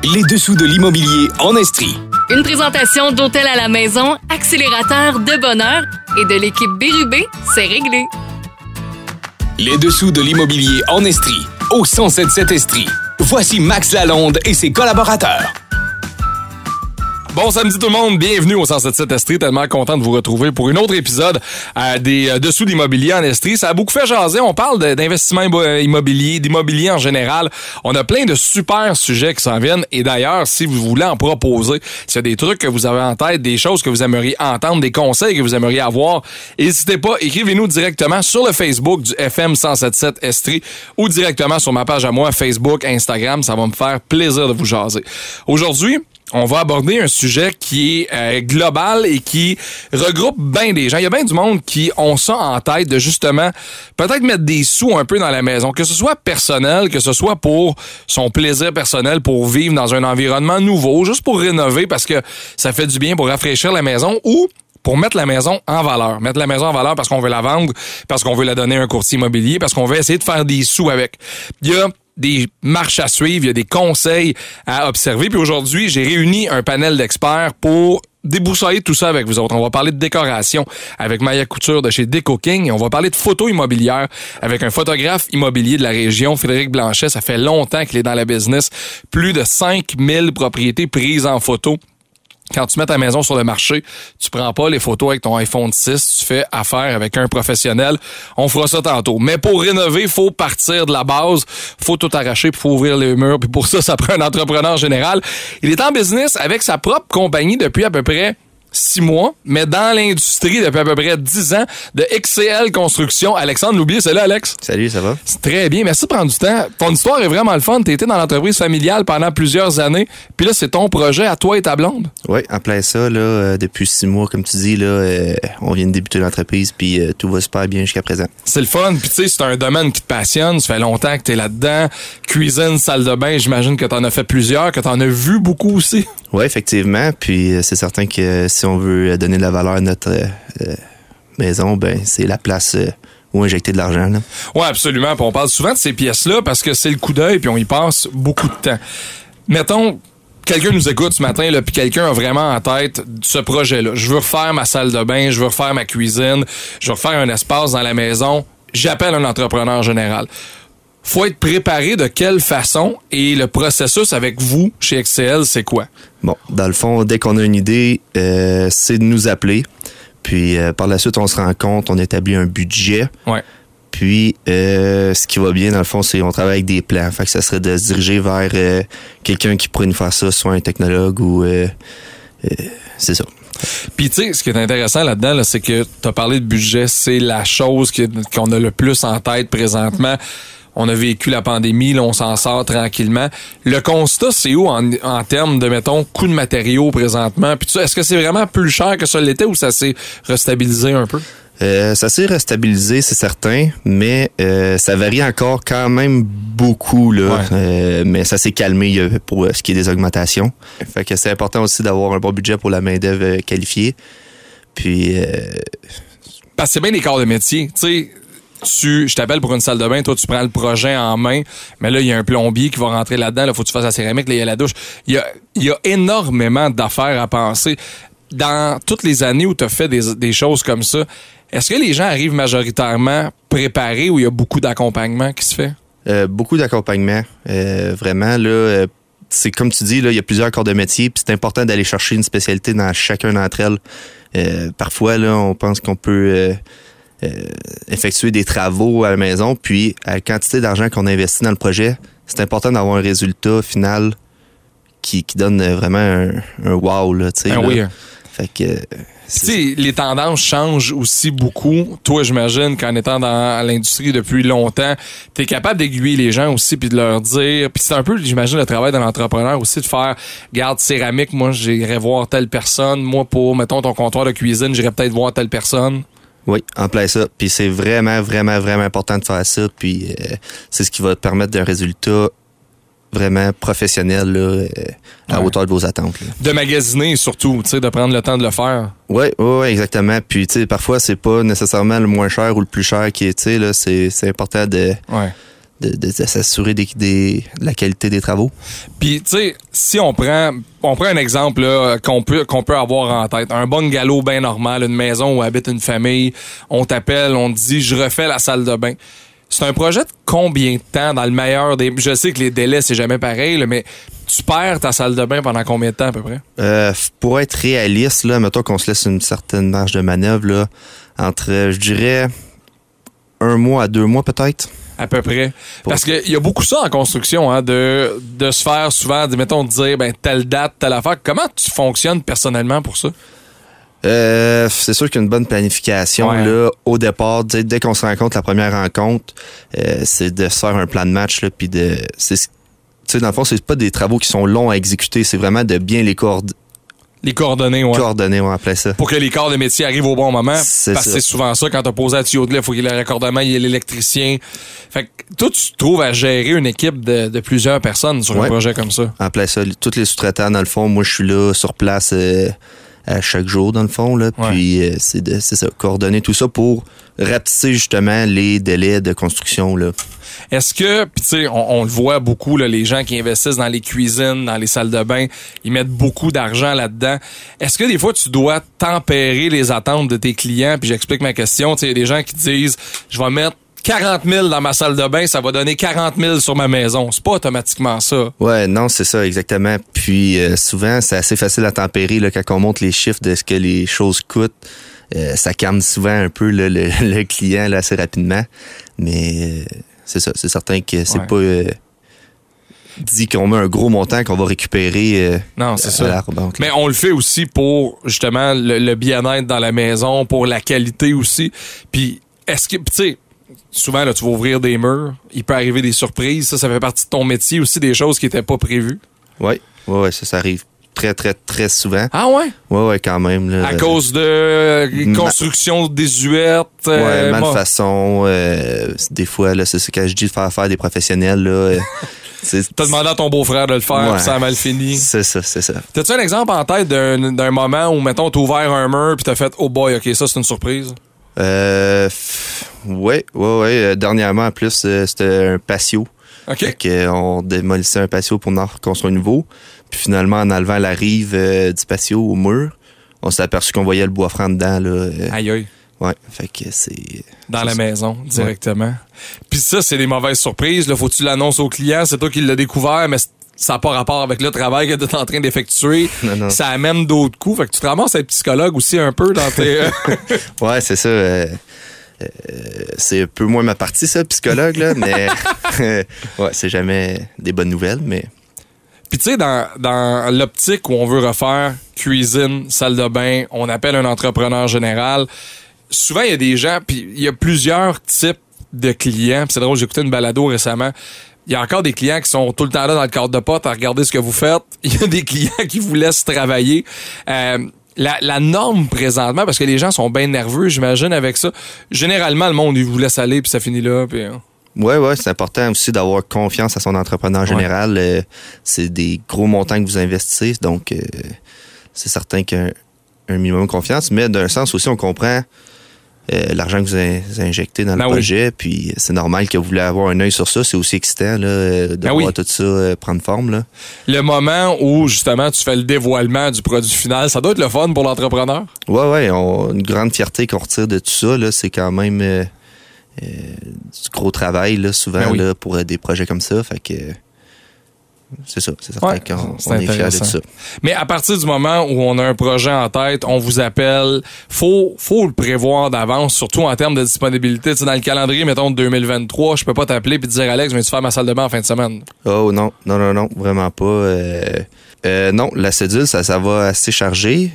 Les dessous de l'immobilier en Estrie. Une présentation d'Hôtel à la maison, accélérateur de bonheur et de l'équipe Bérubé, c'est réglé. Les dessous de l'immobilier en Estrie, au 107.7 Estrie. Voici Max Lalonde et ses collaborateurs. Bon samedi tout le monde, bienvenue au 107.7 Estrie, tellement content de vous retrouver pour un autre épisode des dessous d'immobilier en Estrie. Ça a beaucoup fait jaser, on parle d'investissement immobilier, d'immobilier en général. On a plein de super sujets qui s'en viennent et d'ailleurs, si vous voulez en proposer, s'il y a des trucs que vous avez en tête, des choses que vous aimeriez entendre, des conseils que vous aimeriez avoir, n'hésitez pas, écrivez-nous directement sur le Facebook du FM 107.7 Estrie ou directement sur ma page à moi, Facebook, Instagram, ça va me faire plaisir de vous jaser. Aujourd'hui, on va aborder un sujet qui est global et qui regroupe bien des gens. Il y a bien du monde qui ont ça en tête de justement peut-être mettre des sous un peu dans la maison, que ce soit personnel, que ce soit pour son plaisir personnel, pour vivre dans un environnement nouveau, juste pour rénover parce que ça fait du bien pour rafraîchir la maison ou pour mettre la maison en valeur. Mettre la maison en valeur parce qu'on veut la vendre, parce qu'on veut la donner à un courtier immobilier, parce qu'on veut essayer de faire des sous avec. Il y a des marches à suivre, il y a des conseils à observer. Puis aujourd'hui, j'ai réuni un panel d'experts pour débroussailler tout ça avec vous autres. On va parler de décoration avec Maya Couture de chez Déco King et on va parler de photo immobilière avec un photographe immobilier de la région, Frédéric Blanchet. Ça fait longtemps qu'il est dans la business. Plus de 5000 propriétés prises en photo. Quand tu mets ta maison sur le marché, tu prends pas les photos avec ton iPhone 6, tu fais affaire avec un professionnel. On fera ça tantôt. Mais pour rénover, il faut partir de la base, faut tout arracher, puis faut ouvrir les murs. Puis pour ça, ça prend un entrepreneur général. Il est en business avec sa propre compagnie depuis à peu près 6 mois, mais dans l'industrie depuis à peu près 10 ans de XCL Construction. Alexandre Loubier, c'est là, Alex? Salut, ça va? C'est très bien. Merci de prendre du temps. Ton histoire est vraiment le fun. Tu étais dans l'entreprise familiale pendant plusieurs années. Puis là, c'est ton projet à toi et ta blonde. Oui, en plein ça, là, depuis 6 mois, comme tu dis, là, on vient de débuter l'entreprise, puis tout va super bien jusqu'à présent. C'est le fun. Puis tu sais, c'est un domaine qui te passionne. Ça fait longtemps que tu es là-dedans. Cuisine, salle de bain, j'imagine que tu en as fait plusieurs, que tu en as vu beaucoup aussi. Oui, effectivement. Puis c'est certain que si on veut donner de la valeur à notre maison, ben c'est la place où injecter de l'argent. Oui, absolument. Puis on parle souvent de ces pièces-là parce que c'est le coup d'œil puis on y passe beaucoup de temps. Mettons, quelqu'un nous écoute ce matin, là, puis quelqu'un a vraiment en tête ce projet-là. Je veux refaire ma salle de bain, je veux refaire ma cuisine, je veux refaire un espace dans la maison. J'appelle un entrepreneur général. Faut être préparé de quelle façon et le processus avec vous chez XCL, c'est quoi? Bon, dans le fond, dès qu'on a une idée, c'est de nous appeler. Puis par la suite, on se rend compte, on établit un budget. Ouais. Puis ce qui va bien, dans le fond, c'est qu'on travaille avec des plans. Fait que ça serait de se diriger vers quelqu'un qui pourrait nous faire ça, soit un technologue ou... c'est ça. Puis tu sais, ce qui est intéressant là-dedans, là, c'est que tu as parlé de budget, c'est la chose qu'on a le plus en tête présentement. On a vécu la pandémie, là, on s'en sort tranquillement. Le constat, c'est où en termes de, mettons, coût de matériaux présentement? Puis est-ce que c'est vraiment plus cher que ça l'était ou ça s'est restabilisé un peu? Ça s'est restabilisé, c'est certain, mais ça varie encore quand même beaucoup, là. Ouais. Mais ça s'est calmé pour ce qui est des augmentations. Fait que c'est important aussi d'avoir un bon budget pour la main-d'œuvre qualifiée. Puis... Parce que c'est bien des corps de métier, tu sais. Je t'appelle pour une salle de bain, toi tu prends le projet en main, mais là il y a un plombier qui va rentrer là-dedans, là faut que tu fasses la céramique, là il y a la douche. Il y a énormément d'affaires à penser. Dans toutes les années où tu as fait des choses comme ça, est-ce que les gens arrivent majoritairement préparés ou il y a beaucoup d'accompagnement qui se fait? Beaucoup d'accompagnement. Vraiment, là, c'est comme tu dis, là, il y a plusieurs corps de métier, puis c'est important d'aller chercher une spécialité dans chacun d'entre elles. Parfois, là, on pense qu'on peut... effectuer des travaux à la maison, puis à la quantité d'argent qu'on investit dans le projet, c'est important d'avoir un résultat final qui donne vraiment un wow, là, tu sais. Ah oui. Fait que... Tu sais, les tendances changent aussi beaucoup. Toi, j'imagine qu'en étant dans l'industrie depuis longtemps, t'es capable d'aiguiller les gens aussi puis de leur dire... Puis c'est un peu, j'imagine, le travail d'un entrepreneur aussi de faire, garde céramique, moi, j'irai voir telle personne. Moi, pour, mettons, ton comptoir de cuisine, j'irai peut-être voir telle personne. Oui, en plein ça. Puis c'est vraiment, vraiment, vraiment important de faire ça. Puis c'est ce qui va te permettre d'un résultat vraiment professionnel là, à hauteur de vos attentes. Là. De magasiner surtout, tu sais, de prendre le temps de le faire. Oui, exactement. Puis tu sais, parfois c'est pas nécessairement le moins cher ou le plus cher qui est, tu sais, là, c'est important de de s'assurer de la qualité des travaux. Puis, tu sais, si on prend un exemple là, qu'on peut avoir en tête. Un bungalow bien normal, une maison où habite une famille. On t'appelle, on te dit, je refais la salle de bain. C'est un projet de combien de temps dans le meilleur des... Je sais que les délais, c'est jamais pareil, là, mais tu perds ta salle de bain pendant combien de temps à peu près? Pour être réaliste, là, mettons qu'on se laisse une certaine marge de manœuvre, là, entre, je dirais, 1 mois à 2 mois peut-être. À peu près. Parce qu'il y a beaucoup ça en construction, hein, de se faire souvent, mettons, de dire, ben, telle date, telle affaire. Comment tu fonctionnes personnellement pour ça? C'est sûr qu'il y a une bonne planification, ouais. Là, au départ, dès qu'on se rencontre, la première rencontre, c'est de se faire un plan de match, là, puis tu sais, dans le fond, c'est pas des travaux qui sont longs à exécuter, c'est vraiment de bien les coordonner. Les coordonnées, ouais. Coordonnées, on appelait ça. Pour que les corps de métier arrivent au bon moment. Parce que c'est souvent ça, quand t'as posé à tuyau de lait, il faut qu'il y ait le raccordement, il y ait l'électricien. Fait que toi, tu te trouves à gérer une équipe de plusieurs personnes sur un projet comme ça. En plein ça. Tous les sous-traitants, dans le fond, moi, je suis là sur place à chaque jour, dans le fond, là. Ouais. Puis c'est ça, coordonner tout ça pour rapetisser justement les délais de construction, là. Est-ce que, puis tu sais, on le voit beaucoup, là, les gens qui investissent dans les cuisines, dans les salles de bain, ils mettent beaucoup d'argent là-dedans. Est-ce que des fois, tu dois tempérer les attentes de tes clients? Puis j'explique ma question. Tu sais, il y a des gens qui disent, je vais mettre 40 000 dans ma salle de bain, ça va donner 40 000 sur ma maison. C'est pas automatiquement ça. Ouais, non, c'est ça, exactement. Puis souvent, c'est assez facile à tempérer là, quand on monte les chiffres de ce que les choses coûtent. Ça calme souvent un peu là, le client là, assez rapidement. Mais c'est ça, c'est certain que c'est pas dit qu'on met un gros montant qu'on va récupérer non, c'est ça. à la rebanque. Mais on le fait aussi pour justement le bien-être dans la maison, pour la qualité aussi. Puis est-ce que, tu sais, souvent là, tu vas ouvrir des murs, il peut arriver des surprises. Ça fait partie de ton métier aussi, des choses qui étaient pas prévues. Oui, ouais, ça arrive très, très, très souvent. Ah ouais? Ouais, quand même. Là, à cause de construction désuète. Malfaçon. Des fois, là, c'est ce que je dis de faire affaire des professionnels. Là, t'as demandé à ton beau-frère de le faire, puis ça a mal fini. C'est ça. T'as-tu un exemple en tête d'un moment où, mettons, t'as ouvert un mur puis t'as fait « Oh boy, OK, ça, c'est une surprise ». Ouais. Dernièrement, en plus, c'était un patio. OK. Fait qu'on démolissait un patio pour en reconstruire un nouveau. Puis finalement, en enlevant la rive du patio au mur, on s'est aperçu qu'on voyait le bois franc dedans. Là, aïe. Ouais, fait que c'est... Dans la maison, directement. Ouais. Puis ça, c'est des mauvaises surprises. Là, faut que tu l'annonces au client. C'est toi qui l'as découvert, mais ça n'a pas rapport avec le travail que tu es en train d'effectuer. Non. Ça amène d'autres coups. Fait que tu te ramasses à être psychologue aussi un peu dans tes... Ouais, c'est ça. C'est un peu moins ma partie, ça, psychologue, là, mais ouais, c'est jamais des bonnes nouvelles, mais... Puis tu sais, dans l'optique où on veut refaire cuisine, salle de bain, on appelle un entrepreneur général. Souvent, il y a des gens, puis il y a plusieurs types de clients. Puis c'est drôle, j'ai écouté une balado récemment. Il y a encore des clients qui sont tout le temps là dans le cadre de pote à regarder ce que vous faites. Il y a des clients qui vous laissent travailler. La norme présentement, parce que les gens sont bien nerveux, j'imagine, avec ça. Généralement, le monde, il vous laisse aller, puis ça finit là. Puis... Ouais, c'est important aussi d'avoir confiance à son entrepreneur général. Ouais. C'est des gros montants que vous investissez, donc c'est certain qu'il y a un minimum de confiance. Mais d'un sens aussi, on comprend l'argent que vous avez injecté dans le projet, puis c'est normal que vous voulez avoir un œil sur ça. C'est aussi excitant là, de voir tout ça prendre forme. Là. Le moment où, justement, tu fais le dévoilement du produit final, ça doit être le fun pour l'entrepreneur? Ouais, une grande fierté qu'on retire de tout ça. Là, c'est quand même du gros travail, là, souvent, là, pour des projets comme ça. Fait que c'est ça, c'est certain qu'on est fiers de ça. Mais à partir du moment où on a un projet en tête, on vous appelle, faut le prévoir d'avance, surtout en termes de disponibilité. Tu sais, dans le calendrier, mettons, de 2023, je peux pas t'appeler et te dire, Alex, viens-tu faire ma salle de bain en fin de semaine? Oh non, vraiment pas. Non, la cédule, ça va assez chargé.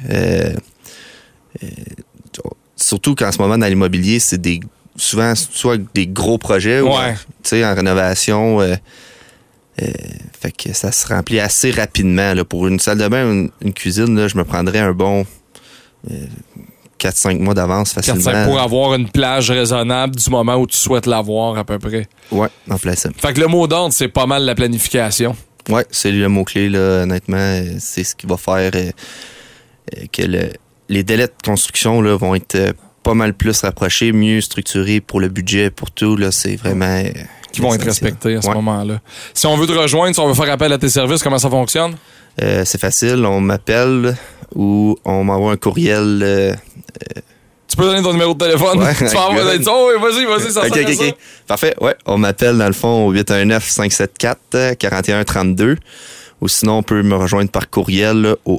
Surtout qu'en ce moment, dans l'immobilier, c'est souvent soit des gros projets ou tu sais, en rénovation. Fait que ça se remplit assez rapidement. Là. Pour une salle de bain, une cuisine, là, je me prendrais un bon 4-5 mois d'avance facilement. 4-5 pour avoir une plage raisonnable du moment où tu souhaites l'avoir à peu près. Ouais, en plein ça. Fait que le mot d'ordre, c'est pas mal la planification. Ouais, c'est le mot-clé, là, honnêtement. C'est ce qui va faire que les délais de construction là, vont être pas mal plus rapprochés, mieux structurés pour le budget, pour tout. Là, c'est vraiment... qui vont être respectés à ce moment-là. Si on veut te rejoindre, si on veut faire appel à tes services, comment ça fonctionne? C'est facile, on m'appelle ou on m'envoie un courriel. Tu peux donner ton numéro de téléphone? Ouais, tu vas envoyer vas-y, ça OK. ça. Parfait, ouais. On m'appelle dans le fond au 819-574-4132. Ou sinon, on peut me rejoindre par courriel au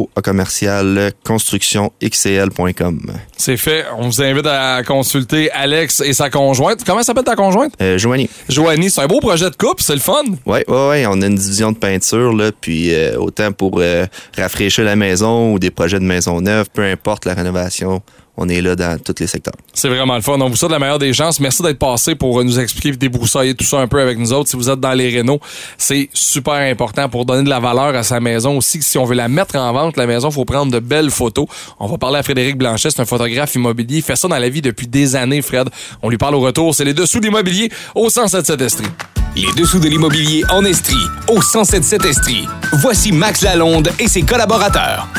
info@constructionxcl.com. C'est fait. On vous invite à consulter Alex et sa conjointe. Comment s'appelle ta conjointe? Joanie. Joanie, c'est un beau projet de couple, c'est le fun. Ouais. On a une division de peinture, là, puis autant pour rafraîchir la maison ou des projets de maison neuve, peu importe la rénovation. On est là dans tous les secteurs. C'est vraiment le fun. On vous souhaite la meilleure des chances. Merci d'être passé pour nous expliquer et débroussailler tout ça un peu avec nous autres. Si vous êtes dans les rénaux, c'est super important pour donner de la valeur à sa maison aussi. Si on veut la mettre en vente, la maison, il faut prendre de belles photos. On va parler à Frédéric Blanchet, c'est un photographe immobilier. Il fait ça dans la vie depuis des années, Fred. On lui parle au retour. C'est les dessous de l'immobilier au 107.7 Estrie. Les dessous de l'immobilier en Estrie au 107.7 Estrie. Voici Max Lalonde et ses collaborateurs.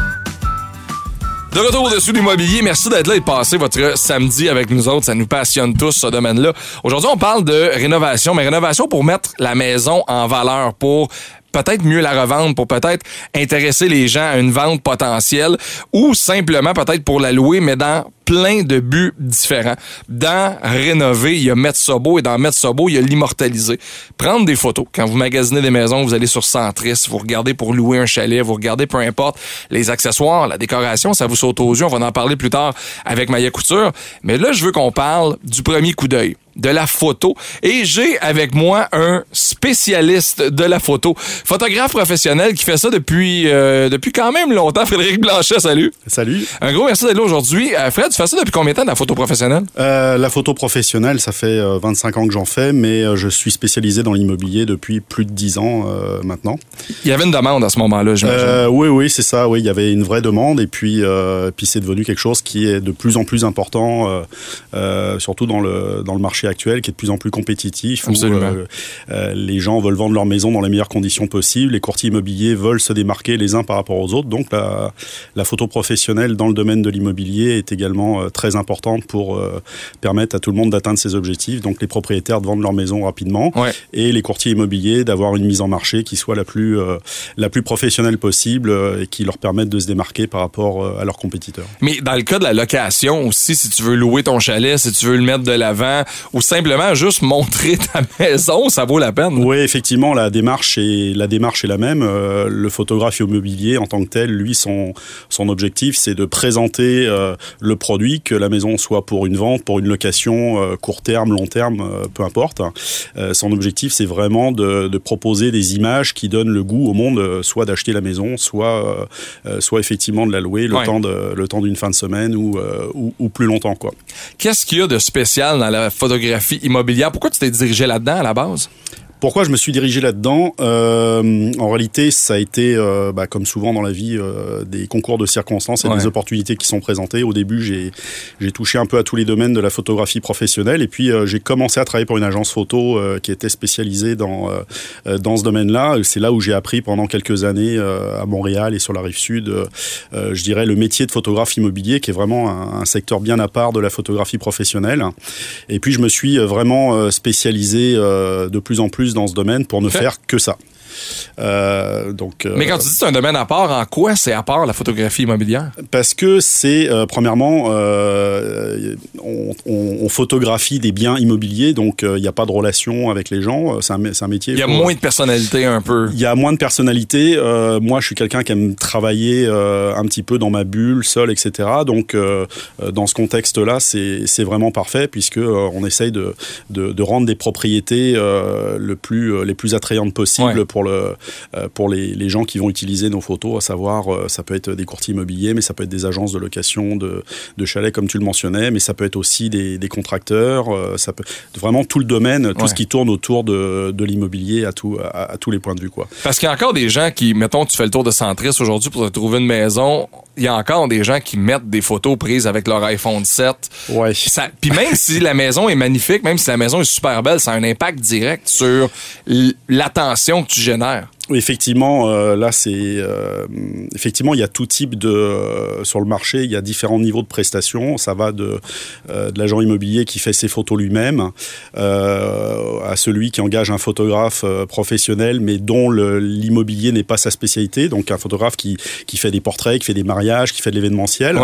De retour au-dessus de l'immobilier, merci d'être là et de passer votre samedi avec nous autres. Ça nous passionne tous, ce domaine-là. Aujourd'hui, on parle de rénovation, mais rénovation pour mettre la maison en valeur, pour peut-être mieux la revendre, pour peut-être intéresser les gens à une vente potentielle ou simplement peut-être pour la louer, mais dans plein de buts différents. Dans rénover, il y a mettre ça beau et dans mettre ça beau, il y a l'immortaliser. Prendre des photos. Quand vous magasinez des maisons, vous allez sur Centris, vous regardez pour louer un chalet, vous regardez peu importe les accessoires, la décoration, ça vous saute aux yeux. On va en parler plus tard avec Maya Couture. Mais là, je veux qu'on parle du premier coup d'œil, de la photo. Et j'ai avec moi un spécialiste de la photo, photographe professionnel qui fait ça depuis quand même longtemps. Frédéric Blanchet, salut. Salut. Un gros merci d'être là aujourd'hui. Fred, tu fais ça depuis combien de temps, la photo professionnelle? La photo professionnelle, ça fait 25 ans que j'en fais, mais je suis spécialisé dans l'immobilier depuis plus de 10 ans maintenant. Il y avait une demande à ce moment-là, j'imagine. Oui, c'est ça. Oui, il y avait une vraie demande et puis c'est devenu quelque chose qui est de plus en plus important, surtout dans le marché actuel, qui est de plus en plus compétitif. Absolument. Où les gens veulent vendre leur maison dans les meilleures conditions possibles. Les courtiers immobiliers veulent se démarquer les uns par rapport aux autres. Donc la photo professionnelle dans le domaine de l'immobilier est également très importante pour permettre à tout le monde d'atteindre ses objectifs. Donc les propriétaires de vendre leur maison rapidement et les courtiers immobiliers d'avoir une mise en marché qui soit la plus professionnelle possible et qui leur permette de se démarquer par rapport à leurs compétiteurs. Mais dans le cas de la location aussi, si tu veux louer ton chalet, si tu veux le mettre de l'avant ou simplement juste montrer ta maison, ça vaut la peine. Oui, effectivement, la démarche est la même. Le photographe immobilier en tant que tel, lui, son objectif, c'est de présenter le produit, que la maison soit pour une vente, pour une location, court terme, long terme, peu importe. Son objectif, c'est vraiment de proposer des images qui donnent le goût au monde, soit d'acheter la maison, soit effectivement de la louer le temps d'une fin de semaine ou plus longtemps, quoi. Qu'est-ce qu'il y a de spécial dans la photographie immobilière? Pourquoi tu t'es dirigé là-dedans à la base? Pourquoi je me suis dirigé là-dedans? En réalité, ça a été, comme souvent dans la vie, des concours de circonstances et des opportunités qui sont présentées. Au début, j'ai touché un peu à tous les domaines de la photographie professionnelle et puis j'ai commencé à travailler pour une agence photo qui était spécialisée dans ce domaine-là. C'est là où j'ai appris pendant quelques années à Montréal et sur la rive sud, je dirais, le métier de photographe immobilier qui est vraiment un secteur bien à part de la photographie professionnelle. Et puis, je me suis vraiment spécialisé de plus en plus dans ce domaine pour ne faire que ça. Mais quand tu dis que c'est un domaine à part, en quoi c'est à part la photographie immobilière? Parce que c'est, premièrement, on photographie des biens immobiliers, donc il n'y a pas de relation avec les gens. C'est un métier. Il y a moins de personnalité un peu. Il y a moins de personnalité. Moi, je suis quelqu'un qui aime travailler un petit peu dans ma bulle, seul, etc. Donc, dans ce contexte-là, c'est vraiment parfait puisque on essaye de rendre des propriétés les plus attrayantes possibles pour les gens qui vont utiliser nos photos, à savoir, ça peut être des courtiers immobiliers, mais ça peut être des agences de location de chalets, comme tu le mentionnais, mais ça peut être aussi des contracteurs, ça peut vraiment tout le domaine, tout ce qui tourne autour de l'immobilier à tous les points de vue, quoi. Parce qu'il y a encore des gens qui, mettons, tu fais le tour de Centris aujourd'hui pour te trouver une maison, il y a encore des gens qui mettent des photos prises avec leur iPhone 7. Ouais. Puis même si la maison est magnifique, même si la maison est super belle, ça a un impact direct sur l'attention que tu génères. Effectivement, là effectivement il y a tout type sur le marché, il y a différents niveaux de prestations. Ça va de l'agent immobilier qui fait ses photos lui-même à celui qui engage un photographe professionnel mais dont l'immobilier n'est pas sa spécialité, donc un photographe qui fait des portraits, qui fait des mariages, qui fait de l'événementiel,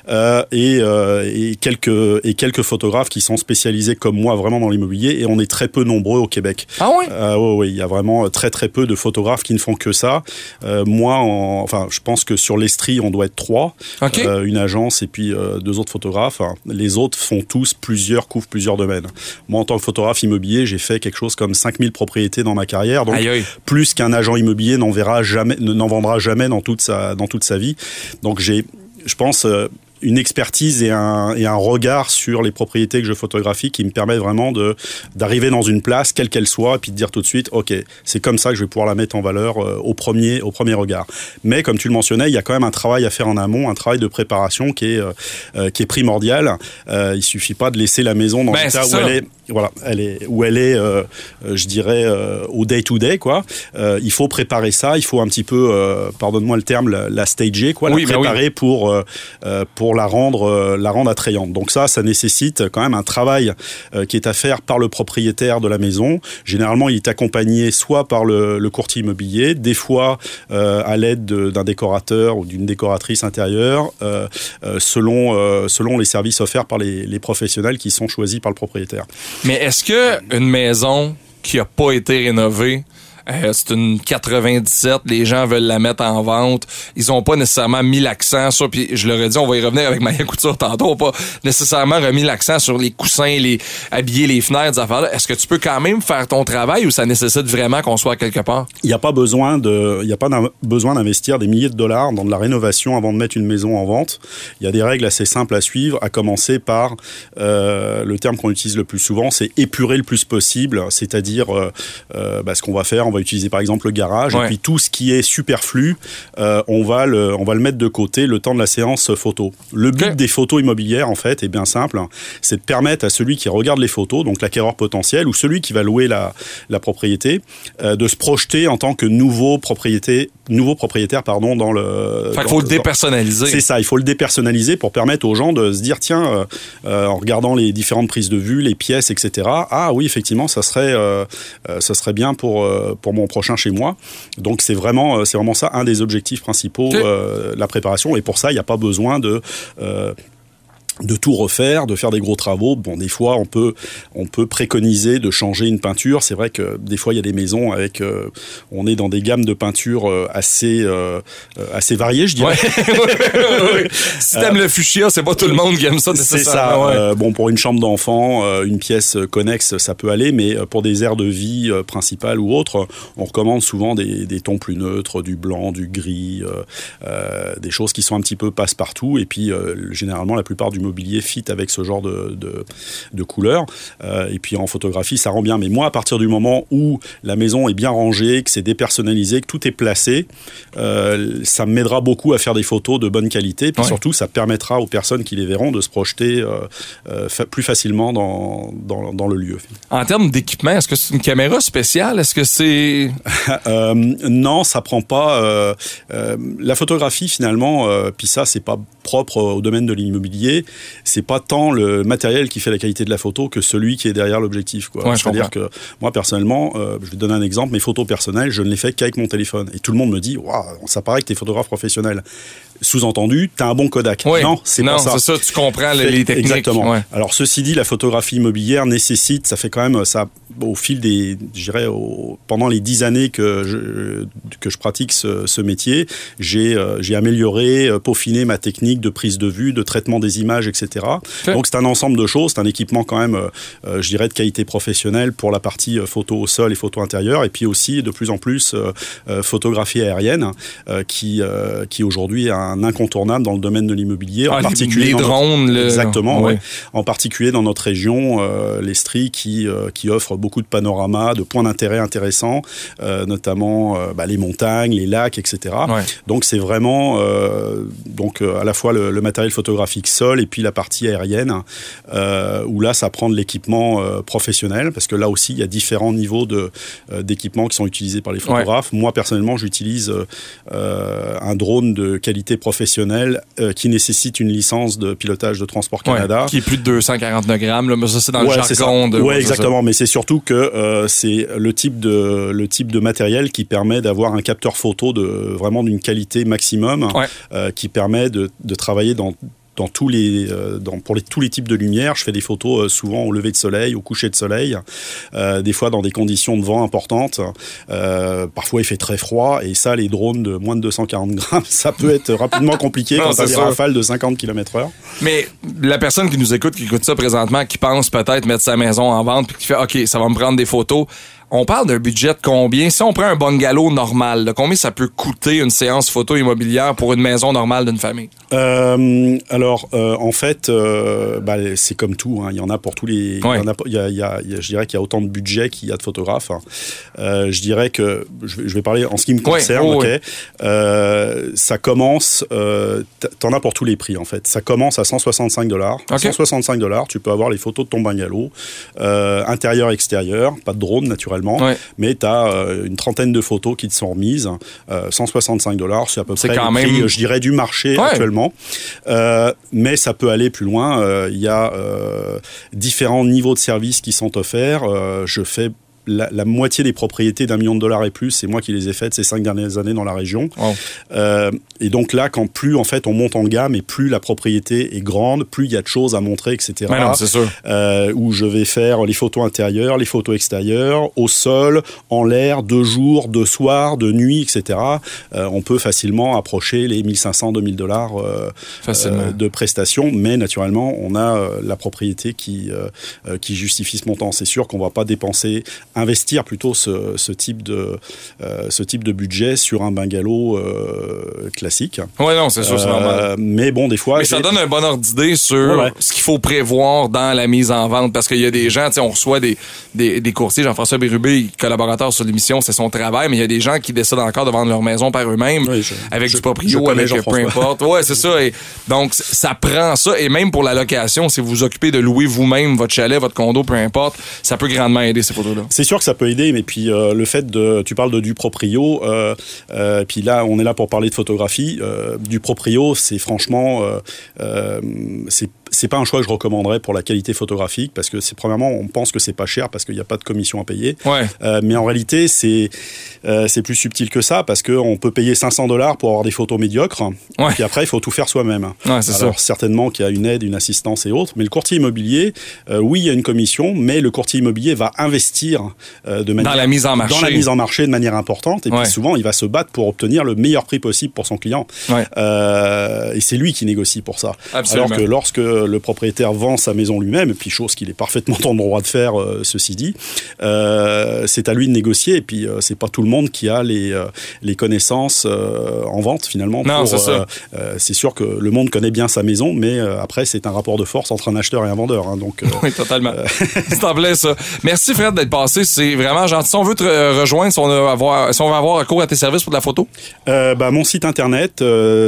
et quelques photographes qui sont spécialisés comme moi vraiment dans l'immobilier, et on est très peu nombreux au Québec. Ah oui? Oui, il y a vraiment très très peu de photographes qui ne font que ça. Moi, je pense que sur l'Estrie, on doit être 3. Okay. Une agence et puis 2 autres photographes. Les autres font tous couvrent plusieurs domaines. Moi, en tant que photographe immobilier, j'ai fait quelque chose comme 5000 propriétés dans ma carrière. Donc, plus qu'un agent immobilier n'en vendra jamais dans toute sa vie. Donc, je pense, une expertise et un regard sur les propriétés que je photographie qui me permettent vraiment d'arriver dans une place, quelle qu'elle soit, et puis de dire tout de suite, OK, c'est comme ça que je vais pouvoir la mettre en valeur au premier regard. Mais comme tu le mentionnais, il y a quand même un travail à faire en amont, un travail de préparation qui est primordial. Il suffit pas de laisser la maison dans l'état où elle est. Voilà, où elle est, je dirais, au day-to-day, quoi. Il faut préparer ça, il faut un petit peu, pardonne-moi le terme, la stager, quoi, la préparer pour la rendre attrayante. Donc ça nécessite quand même un travail qui est à faire par le propriétaire de la maison. Généralement, il est accompagné soit par le courtier immobilier, des fois à l'aide d'un décorateur ou d'une décoratrice intérieure, selon les services offerts par les professionnels qui sont choisis par le propriétaire. Mais est-ce que une maison qui a pas été rénovée, c'est une 97, les gens veulent la mettre en vente, ils ont pas nécessairement mis l'accent sur, puis je leur ai dit, on va y revenir avec Maya Couture tantôt, on n'a pas nécessairement remis l'accent sur les coussins, habiller les fenêtres, des affaires-là. Est-ce que tu peux quand même faire ton travail ou ça nécessite vraiment qu'on soit quelque part? Il n'y a pas besoin d'investir des milliers de dollars dans de la rénovation avant de mettre une maison en vente. Il y a des règles assez simples à suivre, à commencer par le terme qu'on utilise le plus souvent, c'est épurer le plus possible, c'est-à-dire ce qu'on va faire, on va utiliser par exemple le garage, et puis tout ce qui est superflu, on va le mettre de côté le temps de la séance photo. Le but des photos immobilières, en fait, est bien simple, c'est de permettre à celui qui regarde les photos, donc l'acquéreur potentiel, ou celui qui va louer la propriété, de se projeter en tant que nouveau propriétaire, dans le... Fait qu'il faut le dépersonnaliser. C'est ça, il faut le dépersonnaliser pour permettre aux gens de se dire, tiens, en regardant les différentes prises de vue, les pièces, etc., ah oui, effectivement, ça serait bien pour mon prochain chez moi. Donc c'est vraiment ça un des objectifs principaux, la préparation. Et pour ça, il n'y a pas besoin de tout refaire, de faire des gros travaux. Bon, des fois, on peut préconiser de changer une peinture. C'est vrai que des fois, il y a des maisons avec, on est dans des gammes de peinture assez variées, je dirais. Ouais. Si t'aimes le fuchsia, c'est pas tout le monde qui aime ça nécessairement. C'est ça. Bon, pour une chambre d'enfant, une pièce connexe, ça peut aller, mais pour des aires de vie principales ou autres, on recommande souvent des tons plus neutres, du blanc, du gris, des choses qui sont un petit peu passe-partout. Et puis, généralement, la plupart du mobilier fit avec ce genre de couleurs. Et puis en photographie, ça rend bien. Mais moi, à partir du moment où la maison est bien rangée, que c'est dépersonnalisé, que tout est placé, ça m'aidera beaucoup à faire des photos de bonne qualité. Puis surtout, ça permettra aux personnes qui les verront de se projeter plus facilement dans le lieu. En termes d'équipement, est-ce que c'est une caméra spéciale? Est-ce que c'est... Non, ça prend pas... la photographie, finalement, puis ça, c'est pas propre au domaine de l'immobilier, c'est pas tant le matériel qui fait la qualité de la photo que celui qui est derrière l'objectif, quoi. C'est-à-dire que moi, personnellement, je vais te donner un exemple, mes photos personnelles, je ne les fais qu'avec mon téléphone. Et tout le monde me dit, waouh, ça paraît que t'es photographe professionnel. Sous-entendu, t'as un bon Kodak. Oui. Non, c'est pas ça. Non, c'est ça, tu comprends les techniques. Exactement. Ouais. Alors, ceci dit, la photographie immobilière nécessite, ça fait quand même, ça, au fil des, je dirais, pendant les 10 années que je pratique ce métier, j'ai amélioré, peaufiné ma technique de prise de vue, de traitement des images, etc. Okay. Donc, c'est un ensemble de choses, c'est un équipement quand même, je dirais, de qualité professionnelle pour la partie photo au sol et photo intérieure, et puis aussi, de plus en plus, photographie aérienne, qui aujourd'hui a un incontournable dans le domaine de l'immobilier, en particulier les drones. Exactement, ouais. En particulier dans notre région, l'Estrie qui offre beaucoup de panoramas, de points d'intérêt intéressants, notamment les montagnes, les lacs, etc. Ouais. Donc c'est vraiment à la fois le matériel photographique sol et puis la partie aérienne, où là ça prend de l'équipement professionnel, parce que là aussi il y a différents niveaux d'équipements qui sont utilisés par les photographes. Ouais. Moi personnellement j'utilise un drone de qualité professionnelle qui nécessite une licence de pilotage de Transport Canada. Qui est plus de 249 grammes, là, mais ça c'est dans le jargon. Oui, exactement, mais c'est surtout que c'est le type de matériel qui permet d'avoir un capteur photo vraiment d'une qualité maximum, qui permet de travailler pour tous les types de lumière. Je fais des photos souvent au lever de soleil, au coucher de soleil, des fois dans des conditions de vent importantes. Parfois il fait très froid, et ça, les drones de moins de 240 grammes, ça peut être rapidement compliqué quand t'as des rafales de 50 km/h. Mais la personne qui nous écoute, qui écoute ça présentement, qui pense peut-être mettre sa maison en vente, puis qui fait « OK, ça va me prendre des photos », on parle d'un budget de combien? Si on prend un bungalow normal, de combien ça peut coûter une séance photo immobilière pour une maison normale d'une famille? En fait, c'est comme tout. Hein. Il y en a pour tous les. Ouais. Je dirais qu'il y a autant de budget qu'il y a de photographes. Hein. Je dirais que je vais parler en ce qui me concerne. Ouais, ça commence. T'en as pour tous les prix en fait. Ça commence à $165. Okay. $165, tu peux avoir les photos de ton bungalow, intérieur, extérieur, pas de drone naturellement. Ouais. Mais tu as une trentaine de photos qui te sont remises. $165, c'est à peu près le prix, je dirais, du marché actuellement. Mais ça peut aller plus loin. Il y a différents niveaux de services qui sont offerts. Je fais la moitié des propriétés d'$1 million et plus, c'est moi qui les ai faites ces 5 dernières années dans la région. Wow. Et donc là, quand plus en fait on monte en gamme et plus la propriété est grande, plus il y a de choses à montrer, etc. Ouais, non, c'est sûr. Où je vais faire les photos intérieures, les photos extérieures, au sol, en l'air, de jour, de soir, de nuit, etc. On peut facilement approcher les $1,500-$2,000 de prestations, mais naturellement, on a la propriété qui justifie ce montant. C'est sûr qu'on va pas investir plutôt ce type de budget sur un bungalow classique. Oui, non, c'est sûr, c'est normal. Mais bon, des fois... Mais ça donne un bon ordre d'idée sur ce qu'il faut prévoir dans la mise en vente, parce qu'il y a des gens, tu sais, on reçoit des courtiers, Jean-François Bérubé, collaborateur sur l'émission, c'est son travail, mais il y a des gens qui décident encore de vendre leur maison par eux-mêmes, avec du proprio, avec peu importe. Ouais, c'est ça. Et donc, ça prend ça, et même pour la location, si vous vous occupez de louer vous-même votre chalet, votre condo, peu importe, ça peut grandement aider ces photos-là. C'est sûr que ça peut aider, mais puis le fait tu parles du proprio, puis là on est là pour parler de photographie. Du proprio, c'est franchement, c'est pas un choix que je recommanderais pour la qualité photographique, parce que premièrement on pense que c'est pas cher parce qu'il n'y a pas de commission à payer. Ouais. Mais en réalité c'est plus subtil que ça, parce que on peut payer $500 pour avoir des photos médiocres. Ouais. Puis après il faut tout faire soi-même. Ouais, c'est alors certainement qu'il y a une aide, une assistance et autres, mais le courtier immobilier, oui il y a une commission, mais le courtier immobilier va investir dans la mise en marché de manière importante, et puis souvent il va se battre pour obtenir le meilleur prix possible pour son client. Ouais. Et c'est lui qui négocie pour ça. Absolument. Alors que lorsque le propriétaire vend sa maison lui-même, et puis chose qu'il est parfaitement en droit de faire, ceci dit, c'est à lui de négocier, et puis c'est pas tout le monde qui a les connaissances en vente finalement. Non, c'est ça. C'est sûr que le monde connaît bien sa maison, mais après c'est un rapport de force entre un acheteur et un vendeur. Hein, donc, oui, totalement. C'est en plein ça. Merci Fred d'être passé, c'est vraiment gentil. Si on veut te rejoindre, si on va avoir recours à tes services pour de la photo? Mon site internet,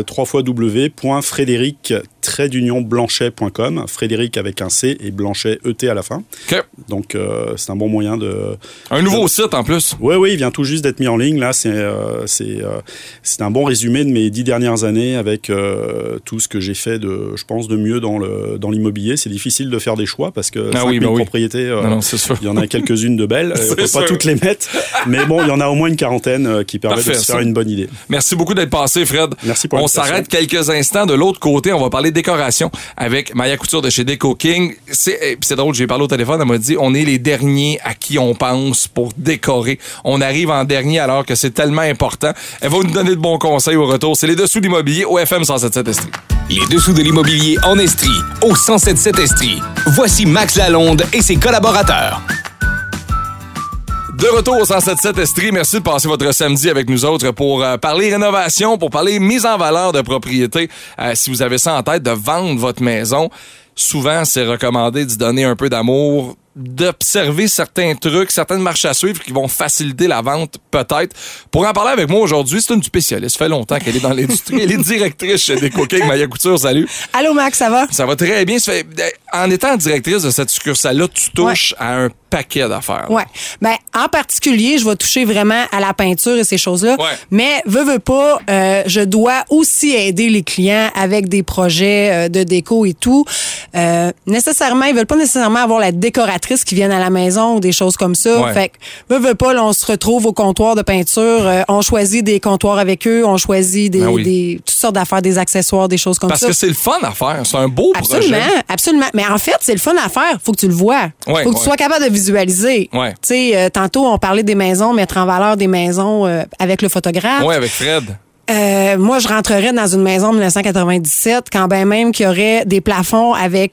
www.frédéric-blanchet.com, Frédéric avec un C et Blanchet ET à la fin. Okay. Donc c'est un bon moyen de... Un nouveau site en plus. Oui, il vient tout juste d'être mis en ligne. Là, c'est un bon résumé de mes 10 dernières années avec tout ce que j'ai fait je pense, de mieux dans l'immobilier. C'est difficile de faire des choix parce que 5000 propriétés, il y en a quelques-unes de belles. On peut pas toutes les mettre, mais bon, il y en a au moins une quarantaine qui permettent de se faire une bonne idée. Merci beaucoup d'être passé, Fred. Merci pour l'invitation. On s'arrête quelques instants. De l'autre côté, on va parler décoration avec Maya Couture de chez Déco King. C'est drôle, j'ai parlé au téléphone, elle m'a dit, on est les derniers à qui on pense pour décorer. On arrive en dernier alors que c'est tellement important. Elle va nous donner de bons conseils au retour. C'est les dessous de l'immobilier au FM 107.7 Estrie. Les dessous de l'immobilier en Estrie au 107.7 Estrie. Voici Max Lalonde et ses collaborateurs. De retour au 107.7 Estrie, merci de passer votre samedi avec nous autres pour parler rénovation, pour parler mise en valeur de propriété. Si vous avez ça en tête, de vendre votre maison, souvent c'est recommandé d'y donner un peu d'amour, d'observer certains trucs, certaines marches à suivre qui vont faciliter la vente, peut-être. Pour en parler avec moi aujourd'hui, c'est une spécialiste. Ça fait longtemps qu'elle est dans l'industrie. Elle est directrice chez Déco King. Maya Couture, salut. Allô, Max, ça va? Ça va très bien. En étant directrice de cette succursale-là, tu touches à un paquet d'affaires. Ouais. Ben, en particulier, je vais toucher vraiment à la peinture et ces choses-là. Ouais. Mais, veux pas, je dois aussi aider les clients avec des projets de déco et tout. Nécessairement, ils veulent pas nécessairement avoir la décoratrice qui vienne à la maison ou des choses comme ça. Ouais. Fait que, veux pas, là, on se retrouve au comptoir de peinture. On choisit des comptoirs avec eux. On choisit des toutes sortes d'affaires, des accessoires, des choses comme ça. Parce que c'est le fun à faire. C'est un beau projet. Absolument. Mais en fait, c'est le fun à faire. Faut que tu le vois. Ouais, Faut que tu sois capable de visualiser. Ouais. Tu sais, tantôt, on parlait des maisons, mettre en valeur des maisons avec le photographe. Oui, avec Fred. Moi, je rentrerais dans une maison de 1997, quand ben même qu'il y aurait des plafonds avec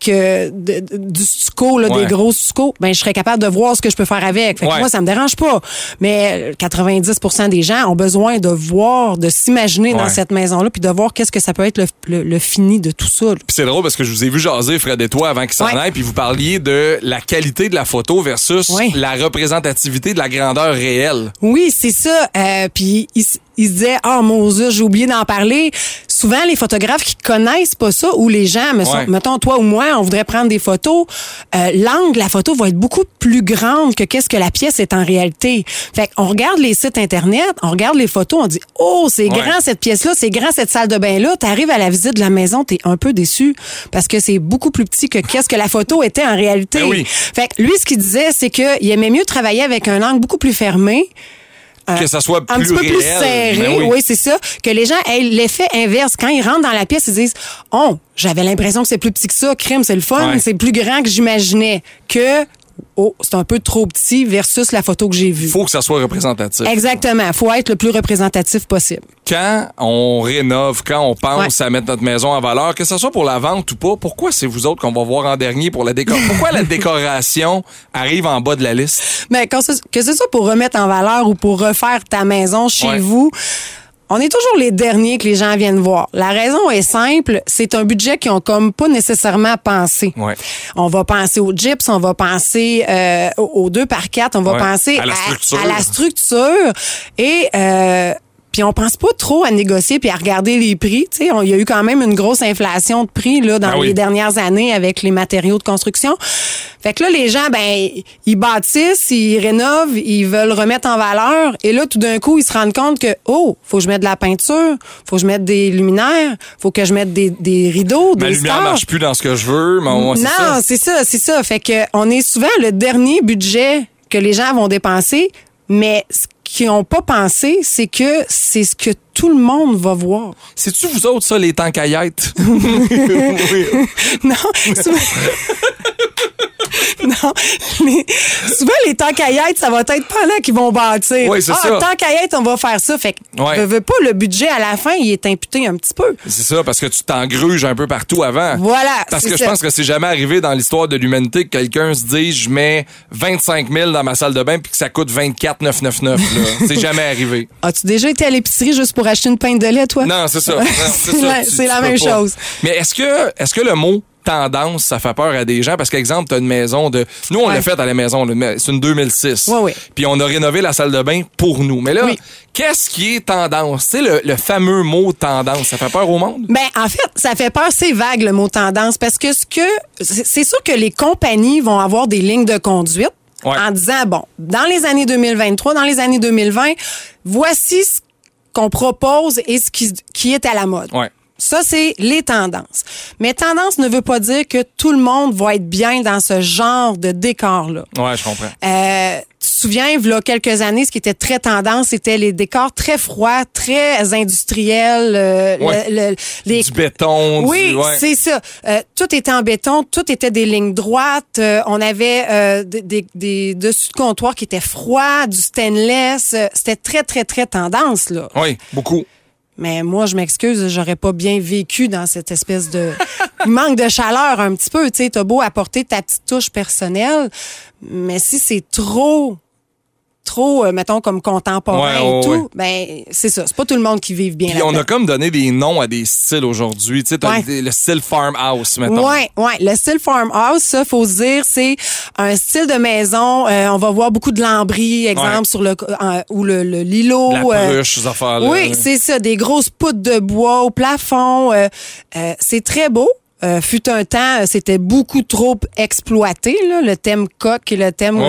du stucco, là, des gros stucco, ben je serais capable de voir ce que je peux faire avec. Fait que moi, ça me dérange pas. Mais 90% des gens ont besoin de voir, de s'imaginer dans cette maison-là, puis de voir qu'est-ce que ça peut être le fini de tout ça. Puis c'est drôle parce que je vous ai vu jaser, Fred et toi, avant qu'il s'en aille, puis vous parliez de la qualité de la photo versus la représentativité de la grandeur réelle. Oui, c'est ça. Puis il se disait, Moses, j'ai oublié d'en parler. Souvent, les photographes qui connaissent pas ça, ou les gens, mettons toi ou moi, on voudrait prendre des photos, l'angle de la photo va être beaucoup plus grande que qu'est-ce que la pièce est en réalité. Fait qu'on regarde les sites Internet, on regarde les photos, on dit, c'est grand cette pièce-là, c'est grand cette salle de bain-là. T'arrives à la visite de la maison, t'es un peu déçu parce que c'est beaucoup plus petit que qu'est-ce que la photo était en réalité. Ben oui. Fait que lui, ce qu'il disait, c'est qu'il aimait mieux travailler avec un angle beaucoup plus fermé, que ça soit plus un petit peu réel. plus serré, oui, c'est ça. Que les gens aient l'effet inverse. Quand ils rentrent dans la pièce, ils disent, j'avais l'impression que c'est plus petit que ça, crime, c'est le fun, c'est plus grand que j'imaginais. Que, c'est un peu trop petit versus la photo que j'ai vue. Faut que ça soit représentatif. Exactement. Faut être le plus représentatif possible. Quand on rénove, quand on pense à mettre notre maison en valeur, que ce soit pour la vente ou pas, pourquoi c'est vous autres qu'on va voir en dernier pour la décoration? Pourquoi la décoration arrive en bas de la liste? Mais que ce soit pour remettre en valeur ou pour refaire ta maison chez vous, on est toujours les derniers que les gens viennent voir. La raison est simple, c'est un budget qu'ils ont comme pas nécessairement pensé. Ouais. On va penser au gyps, on va penser au 2x4, on va penser à la structure et puis on pense pas trop à négocier puis à regarder les prix. Tu sais, il y a eu quand même une grosse inflation de prix là dans les dernières années avec les matériaux de construction. Fait que là, les gens, ils bâtissent, ils rénovent, ils veulent remettre en valeur. Et là, tout d'un coup, ils se rendent compte que, faut que je mette de la peinture, faut que je mette des luminaires, faut que je mette des rideaux, des stars. Ma lumière marche plus dans ce que je veux. Mais moi, c'est ça. Fait que on est souvent le dernier budget que les gens vont dépenser, mais ce qu'ils n'ont pas pensé, c'est que c'est ce que tout le monde va voir. C'est-tu vous autres, ça, les tancaillettes? Non, non, souvent les tancaillettes, ça va être pendant qu'ils vont bâtir. Oui, c'est ça. Tancaillettes, on va faire ça. Fait que veux pas, le budget à la fin, il est imputé un petit peu. C'est ça, parce que tu t'engruges un peu partout avant. Voilà. Parce que je pense que c'est jamais arrivé dans l'histoire de l'humanité que quelqu'un se dise, je mets 25 000 dans ma salle de bain puis que ça coûte 24 999. C'est jamais arrivé. As-tu déjà été à l'épicerie juste pour acheter une pinte de lait, toi? Non, c'est ça. C'est la même chose. Mais est-ce que le mot tendance, ça fait peur à des gens? Parce qu'exemple, t'as une maison de... Nous, on l'a fait à la maison, c'est une 2006. Oui. Puis on a rénové la salle de bain pour nous. Mais là, qu'est-ce qui est tendance? Tu sais, le fameux mot tendance, ça fait peur au monde? Ben, en fait, ça fait peur, c'est vague le mot tendance, parce que c'est sûr que les compagnies vont avoir des lignes de conduite en disant, dans les années 2023, dans les années 2020, voici ce qu'on propose et ce qui est à la mode. Ouais. Ça, c'est les tendances. Mais tendance ne veut pas dire que tout le monde va être bien dans ce genre de décor-là. Ouais, je comprends. Tu te souviens, il y a quelques années, ce qui était très tendance, c'était les décors très froids, très industriels. Du béton. Oui, c'est ça. Tout était en béton, tout était des lignes droites. On avait des dessus de comptoir qui étaient froids, du stainless. C'était très, très, très tendance, là. Oui, beaucoup. Mais moi, je m'excuse, j'aurais pas bien vécu dans cette espèce de manque de chaleur un petit peu. Tu sais, t'as beau apporter ta petite touche personnelle, mais si c'est trop trop, mettons, comme contemporain et tout, ben c'est ça. C'est pas tout le monde qui vive bien là-dedans. Puis on a comme donné des noms à des styles aujourd'hui. Tu sais, t'as le style farmhouse, mettons. Ouais. Le style farmhouse, ça, faut se dire, c'est un style de maison. On va voir beaucoup de lambris, exemple, sur ou le lilo. La bruche, ces affaires-là. Oui, c'est ça. Des grosses poutres de bois au plafond. C'est très beau. Fut un temps, c'était beaucoup trop exploité, là, le thème coq et le thème...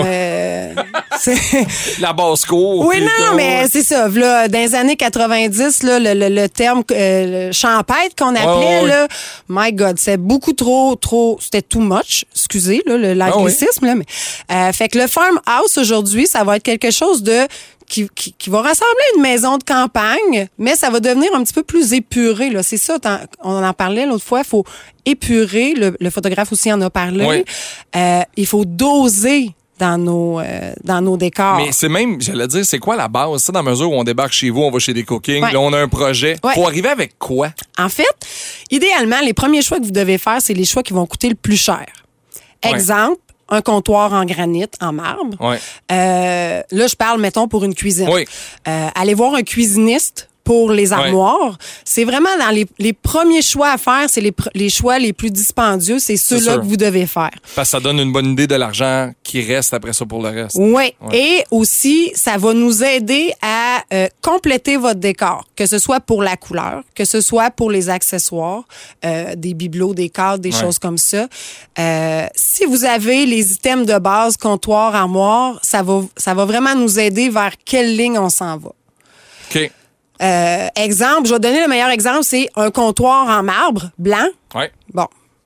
La basse-cour. Oui, non, mais c'est ça. Là, dans les années 90, là, le terme champêtre qu'on appelait, là, my God, c'est beaucoup trop... C'était too much, excusez là, l'anglicisme. Là, mais, fait que le farmhouse, aujourd'hui, ça va être quelque chose de... Qui va rassembler une maison de campagne, mais ça va devenir un petit peu plus épuré. Là. C'est ça, on en parlait l'autre fois, il faut épurer, le photographe aussi en a parlé. Oui. Il faut doser dans nos décors. Mais c'est même, j'allais dire, c'est quoi la base? Ça, dans la mesure où on débarque chez vous, on va chez des cookings, là, on a un projet. Faut arriver avec quoi? En fait, idéalement, les premiers choix que vous devez faire, c'est les choix qui vont coûter le plus cher. Exemple, un comptoir en granit, en marbre. Ouais. Là, je parle, mettons, pour une cuisine. Oui. Allez voir un cuisiniste pour les armoires. C'est vraiment dans les premiers choix à faire, c'est les choix les plus dispendieux, c'est ceux-là que vous devez faire. Parce que ça donne une bonne idée de l'argent qui reste après ça pour le reste. Oui. Et aussi, ça va nous aider à compléter votre décor, que ce soit pour la couleur, que ce soit pour les accessoires, des bibelots, des cadres, des choses comme ça. Si vous avez les items de base, comptoir, armoire, ça va vraiment nous aider vers quelle ligne on s'en va. OK. Exemple, je vais donner le meilleur exemple, c'est un comptoir en marbre blanc. Oui. Bon.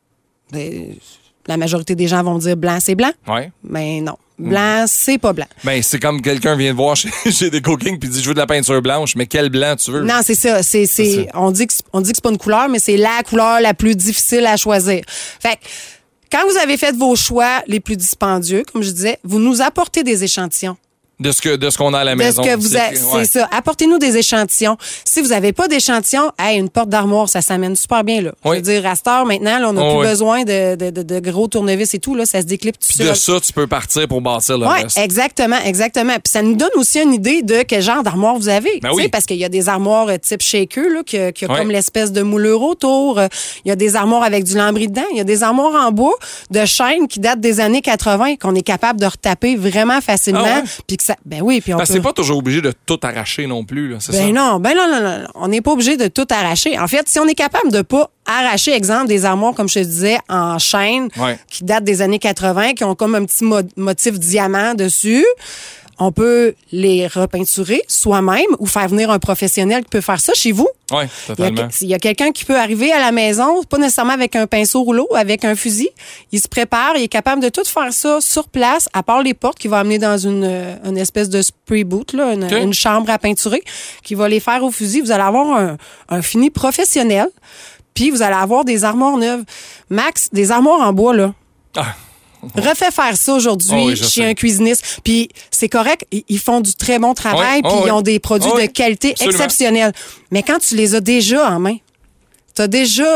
La majorité des gens vont dire blanc, c'est blanc. Oui. Mais non. Blanc, c'est pas blanc. Ben, c'est comme quelqu'un vient te voir chez des cookings puis dit je veux de la peinture blanche, mais quel blanc tu veux? Non, c'est ça. C'est on dit que c'est pas une couleur, mais c'est la couleur la plus difficile à choisir. Fait que, quand vous avez fait vos choix les plus dispendieux, comme je disais, vous nous apportez des échantillons. De ce qu'on a à la maison. C'est ça. Apportez-nous des échantillons. Si vous n'avez pas d'échantillons, une porte d'armoire, ça s'amène super bien, là. Oui. Je veux dire, à cette heure, maintenant, là, on n'a plus besoin de gros tournevis et tout, là. Ça se déclipe tout seul. De ça, tu peux partir pour bâtir le reste. Exactement. Puis ça nous donne aussi une idée de quel genre d'armoire vous avez. Ben oui. Parce qu'il y a des armoires type shaker, là, qui a comme l'espèce de moulure autour. Il y a des armoires avec du lambris dedans. Il y a des armoires en bois de chêne qui datent des années 80 qu'on est capable de retaper vraiment facilement. Puis que ça, puis c'est pas toujours obligé de tout arracher non plus, là, c'est ça? Non. On n'est pas obligé de tout arracher. En fait, si on est capable de pas arracher, exemple, des armoires, comme je te disais, en chêne, qui datent des années 80, qui ont comme un petit motif diamant dessus, on peut les repeinturer soi-même ou faire venir un professionnel qui peut faire ça chez vous. Oui, totalement. Il y a quelqu'un qui peut arriver à la maison, pas nécessairement avec un pinceau rouleau, avec un fusil. Il se prépare, il est capable de tout faire ça sur place, à part les portes qu'il va amener dans une espèce de spray boot, là, une chambre à peinturer, qui va les faire au fusil. Vous allez avoir un fini professionnel, puis vous allez avoir des armoires neuves. Max, des armoires en bois, là. Refais faire ça aujourd'hui chez un cuisiniste. Puis c'est correct, ils font du très bon travail, puis ils ont des produits de qualité exceptionnelle. Mais quand tu les as déjà en main, t'as déjà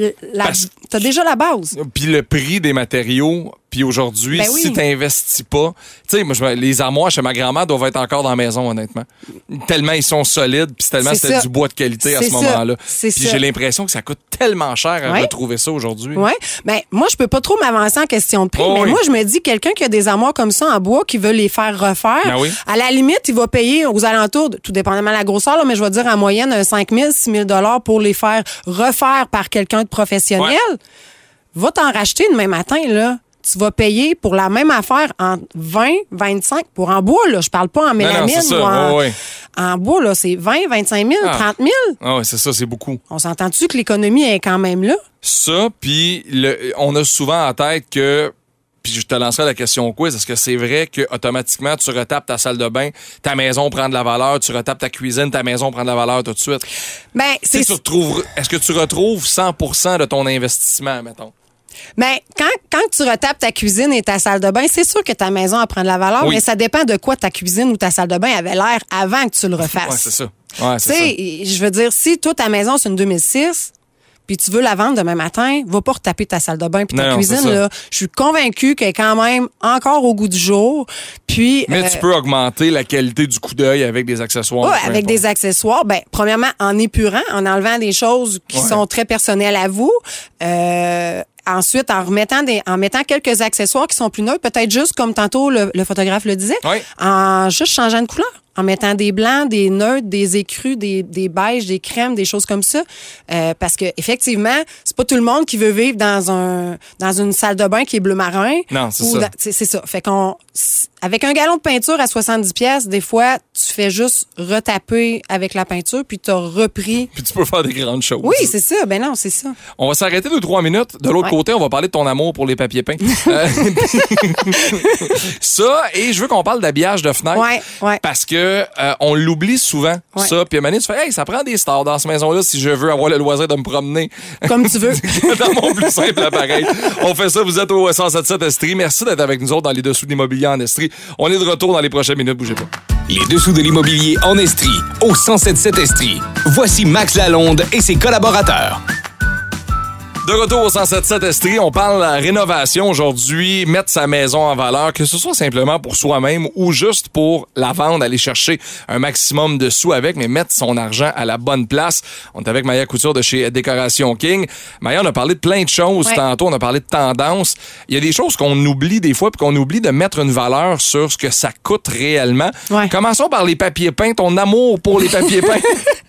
la base. Puis le prix des matériaux, puis aujourd'hui, si t'investis pas... Tu sais, moi, les armoires chez ma grand-mère doivent être encore dans la maison, honnêtement. Tellement ils sont solides, puis tellement c'était du bois de qualité à ce moment-là. Puis j'ai l'impression que ça coûte tellement cher à retrouver ça aujourd'hui. Oui. Ben, moi, je peux pas trop m'avancer en question de prix, mais moi, je me dis, quelqu'un qui a des armoires comme ça en bois, qui veut les faire refaire, à la limite, il va payer aux alentours, tout dépendamment de la grosseur, là, mais je vais dire en moyenne 5 000, 6 000 $ pour les faire refaire par quelqu'un de professionnel. Va t'en racheter demain matin, là. Tu vas payer pour la même affaire en 20, 25, pour en bois, là. Je parle pas en mélamine ou en bois, là. C'est 20, 25 000, 30 000. Ah oui, c'est ça, c'est beaucoup. On s'entend-tu que l'économie est quand même là? Ça, puis on a souvent en tête que, puis je te lancerai la question quiz, est-ce que c'est vrai que automatiquement tu retapes ta salle de bain, ta maison prend de la valeur, tu retapes ta cuisine, ta maison prend de la valeur tout de suite? Ben, est-ce que tu retrouves 100% de ton investissement, mettons? Mais quand tu retapes ta cuisine et ta salle de bain, c'est sûr que ta maison prend de la valeur, mais ça dépend de quoi ta cuisine ou ta salle de bain avait l'air avant que tu le refasses. Oui, c'est ça. Tu sais, je veux dire, si toi, ta maison, c'est une 2006, puis tu veux la vendre demain matin, va pas retaper ta salle de bain puis ta cuisine. Là. Je suis convaincue qu'elle est quand même encore au goût du jour. Puis, mais tu peux augmenter la qualité du coup d'œil avec des accessoires. Oui, avec des accessoires. Ben, premièrement, en épurant, en enlevant des choses qui sont très personnelles à vous. Ensuite, en mettant quelques accessoires qui sont plus neutres, peut-être juste comme tantôt le photographe le disait, en juste changeant de couleur. En mettant des blancs, des neutres, des écrus, des beiges, des crèmes, des choses comme ça. Parce que effectivement, c'est pas tout le monde qui veut vivre dans une salle de bain qui est bleu marin. Non, c'est ça. C'est ça. Fait avec un gallon de peinture à 70$, des fois, tu fais juste retaper avec la peinture, puis tu as repris. Puis tu peux faire des grandes choses. Oui, c'est ça. Ben non, c'est ça. On va s'arrêter 2-3 minutes. De l'autre côté, on va parler de ton amour pour les papiers peints. Ça, et je veux qu'on parle d'habillage de fenêtre. Ouais. Parce que on l'oublie souvent, ça. Puis à un moment donné, tu fais, hey, ça prend des stars dans cette maison-là si je veux avoir le loisir de me promener. Comme tu veux. Dans mon plus simple appareil. On fait ça. Vous êtes au 107.7 Estrie. Merci d'être avec nous autres dans les dessous de l'immobilier en Estrie. On est de retour dans les prochaines minutes. Bougez pas. Les dessous de l'immobilier en Estrie, au 107.7 Estrie. Voici Max Lalonde et ses collaborateurs. De retour au 107.7 Estrie, on parle rénovation aujourd'hui, mettre sa maison en valeur, que ce soit simplement pour soi-même ou juste pour la vendre, aller chercher un maximum de sous avec, mais mettre son argent à la bonne place. On est avec Maya Couture de chez Décoration King. Maya, on a parlé de plein de choses tantôt, on a parlé de tendances. Il y a des choses qu'on oublie des fois, puis qu'on oublie de mettre une valeur sur ce que ça coûte réellement. Ouais. Commençons par les papiers peints, ton amour pour les papiers peints.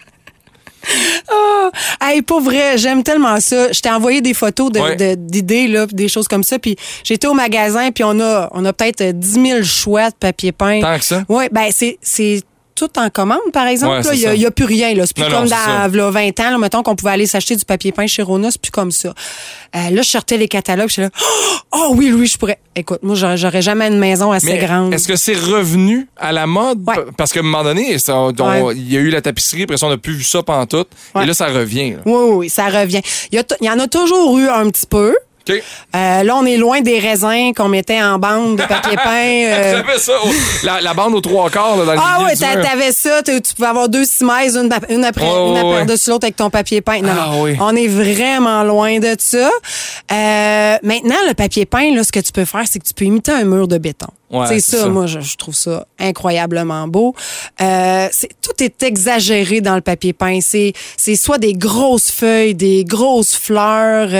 Hey, pour vrai, j'aime tellement ça. Je t'ai envoyé des photos d'idées, là, des choses comme ça. Puis j'étais au magasin, puis on a peut-être 10 000 choix de papier peint. Tant que ça? Oui, ben c'est tout en commande, par exemple. Il n'y a plus rien. Là. C'est plus comme dans 20 ans, là, mettons qu'on pouvait aller s'acheter du papier peint chez Rona, c'est plus comme ça. Là, je sortais les catalogues, je suis là, oh oui, je pourrais. Écoute, moi, j'aurais jamais une maison assez grande. Est-ce que c'est revenu à la mode? Ouais. Parce qu'à un moment donné, il y a eu la tapisserie, après ça, on n'a plus vu ça pantoute. Et là, ça revient. Là. Oui, ça revient. Il y en a toujours eu un petit peu. Okay. Là, on est loin des raisins qu'on mettait en bande de papier peint. J'avais ça, la bande aux 3/4 là, dans le Ah oui, t'avais ça. Tu pouvais avoir 2 cimaises, une après par-dessus l'autre avec ton papier peint. Non. On est vraiment loin de ça. Maintenant, le papier peint, là, ce que tu peux faire, c'est que tu peux imiter un mur de béton. Ouais, c'est ça, moi, je trouve ça incroyablement beau. Tout est exagéré dans le papier peint. C'est soit des grosses feuilles, des grosses fleurs,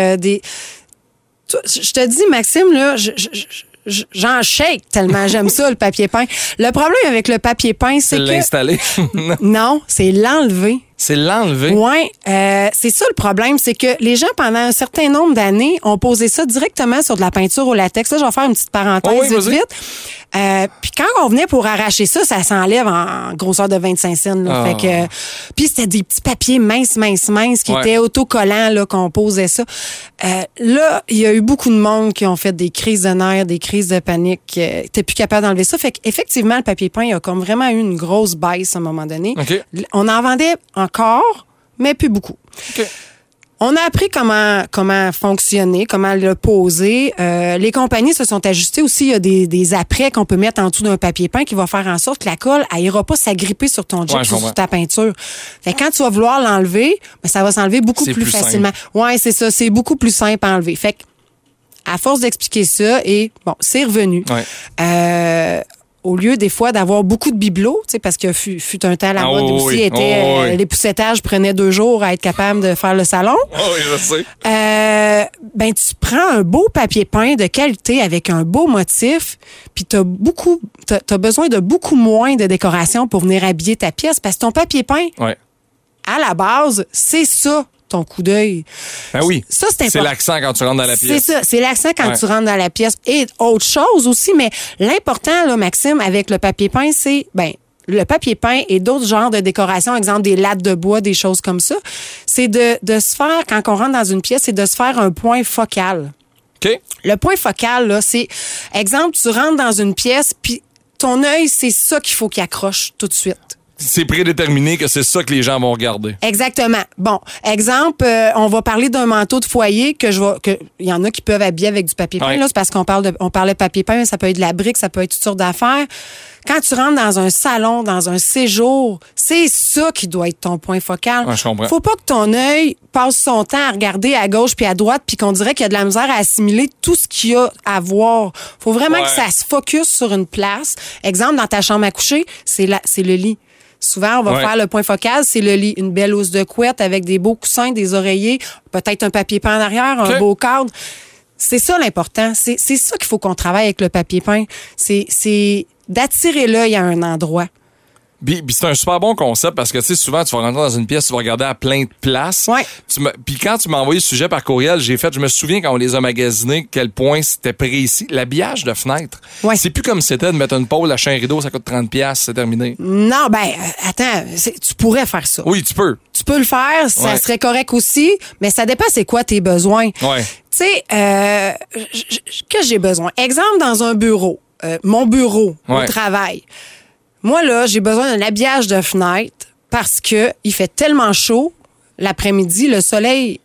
Je te dis, Maxime, là, j'en shake tellement j'aime ça, le papier peint. Le problème avec le papier peint, c'est que... l'installer. Non, c'est l'enlever. C'est l'enlever? Oui. C'est ça le problème, c'est que les gens, pendant un certain nombre d'années, ont posé ça directement sur de la peinture au latex. Là, je vais faire une petite parenthèse vite. Puis quand on venait pour arracher ça, ça s'enlève en grosseur de 25 cents. Fait que, puis c'était des petits papiers minces qui étaient autocollants là, qu'on posait ça. Là, il y a eu beaucoup de monde qui ont fait des crises de nerfs, des crises de panique. T'es plus capable d'enlever ça. Fait qu'effectivement, le papier peint a comme vraiment eu une grosse baisse à un moment donné. Okay. On en vendait encore, mais plus beaucoup. Okay. On a appris comment fonctionner, comment le poser. Les compagnies se sont ajustées aussi. Il y a des apprêts qu'on peut mettre en dessous d'un papier peint qui va faire en sorte que la colle, elle ira pas s'agripper sur ton jet ou sur ta peinture. Fait que quand tu vas vouloir l'enlever, ben, ça va s'enlever beaucoup plus facilement. Ouais, c'est ça. C'est beaucoup plus simple à enlever. Fait que, à force d'expliquer ça, et bon, c'est revenu. Ouais. Au lieu, des fois, d'avoir beaucoup de bibelots, tu sais, parce que fut un temps, la mode aussi était... les poussetages prenaient 2 jours à être capable de faire le salon. Oui, je sais. Ben, tu prends un beau papier peint de qualité avec un beau motif, puis t'as besoin de beaucoup moins de décoration pour venir habiller ta pièce, parce que ton papier peint, à la base, c'est ça, ton coup d'œil. Ben oui. Ça, c'est important. C'est l'accent quand tu rentres dans la pièce. C'est ça. C'est l'accent quand tu rentres dans la pièce. Et autre chose aussi, mais l'important, là, Maxime, avec le papier peint, c'est, le papier peint et d'autres genres de décoration, exemple des lattes de bois, des choses comme ça, c'est de se faire, quand on rentre dans une pièce, c'est de se faire un point focal. OK. Le point focal, là, c'est, exemple, tu rentres dans une pièce, puis ton œil, c'est ça qu'il faut qu'il accroche tout de suite. C'est prédéterminé que c'est ça que les gens vont regarder. Exactement. Bon, exemple, on va parler d'un manteau de foyer il y en a qui peuvent habiller avec du papier peint, là, c'est parce qu'on parlait de papier peint, ça peut être de la brique, ça peut être toutes sortes d'affaires. Quand tu rentres dans un salon, dans un séjour, c'est ça qui doit être ton point focal. Ouais, je comprends. Faut pas que ton œil passe son temps à regarder à gauche puis à droite puis qu'on dirait qu'il y a de la misère à assimiler tout ce qu'il y a à voir. Faut vraiment que ça se focus sur une place. Exemple, dans ta chambre à coucher, c'est le lit. Souvent, on va faire le point focal, c'est le lit. Une belle housse de couette avec des beaux coussins, des oreillers, peut-être un papier peint en arrière, un beau cadre. C'est ça l'important. C'est ça qu'il faut qu'on travaille avec le papier peint. C'est d'attirer l'œil à un endroit. Puis c'est un super bon concept parce que, tu sais, souvent, tu vas rentrer dans une pièce, tu vas regarder à plein de places. Ouais. Puis quand tu m'as envoyé le sujet par courriel, je me souviens quand on les a magasinés, quel point c'était précis. L'habillage de fenêtre. Ouais. C'est plus comme c'était de mettre une pôle, lâcher un rideau, ça coûte 30$, c'est terminé. Non, attends, tu pourrais faire ça. Oui, tu peux. Tu peux le faire, ça serait correct aussi, mais ça dépend c'est quoi tes besoins. Ouais. Tu sais, que j'ai besoin. Exemple, dans un bureau, mon bureau au travail. Moi, là, j'ai besoin d'un habillage de fenêtre parce que il fait tellement chaud l'après-midi, le soleil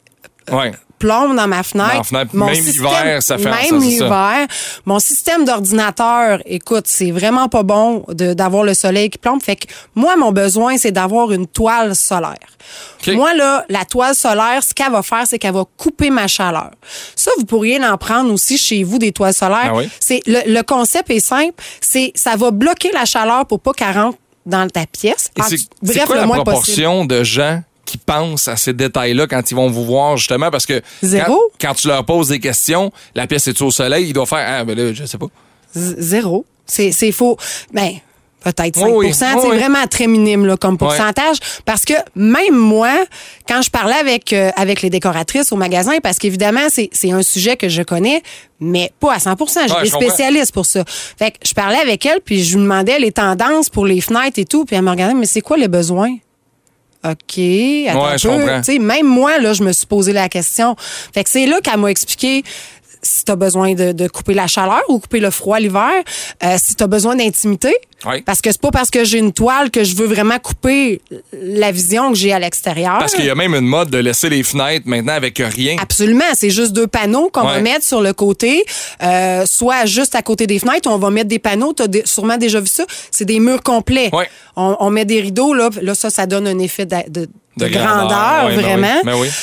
plombe dans ma fenêtre. Même l'hiver, ça fait Même l'hiver. Mon système d'ordinateur, écoute, c'est vraiment pas bon d'avoir le soleil qui plombe. Fait que moi, mon besoin, c'est d'avoir une toile solaire. Okay. Moi, là, la toile solaire, ce qu'elle va faire, c'est qu'elle va couper ma chaleur. Ça, vous pourriez en prendre aussi chez vous, des toiles solaires. Ah oui? C'est le concept est simple. Ça va bloquer la chaleur pour pas qu'elle rentre dans ta pièce. C'est quoi la proportion de gens qui pensent à ces détails-là quand ils vont vous voir, justement, parce que quand tu leur poses des questions, la pièce est au soleil, ils doivent faire là, je sais pas. Zéro. C'est faux. Peut-être 5%. C'est vraiment très minime là, comme pourcentage. Parce que même moi, quand je parlais avec les décoratrices au magasin, parce qu'évidemment, c'est un sujet que je connais, mais pas à 100%. J'ai des spécialistes pour ça. Fait que je parlais avec elle, puis je lui demandais les tendances pour les fenêtres et tout, puis elle me regardait, mais c'est quoi les besoins? OK, attends un peu. T'sais, même moi, là, je me suis posé la question. Fait que c'est là qu'elle m'a expliqué si tu as besoin de couper la chaleur ou couper le froid l'hiver, si tu as besoin d'intimité. Oui. Parce que c'est pas parce que j'ai une toile que je veux vraiment couper la vision que j'ai à l'extérieur. Parce qu'il y a même une mode de laisser les fenêtres maintenant avec rien. Absolument. C'est juste 2 panneaux qu'on va mettre sur le côté, soit juste à côté des fenêtres, on va mettre des panneaux. Tu as sûrement déjà vu ça. C'est des murs complets. Oui. On met des rideaux. Là, ça donne un effet de grandeur, vraiment.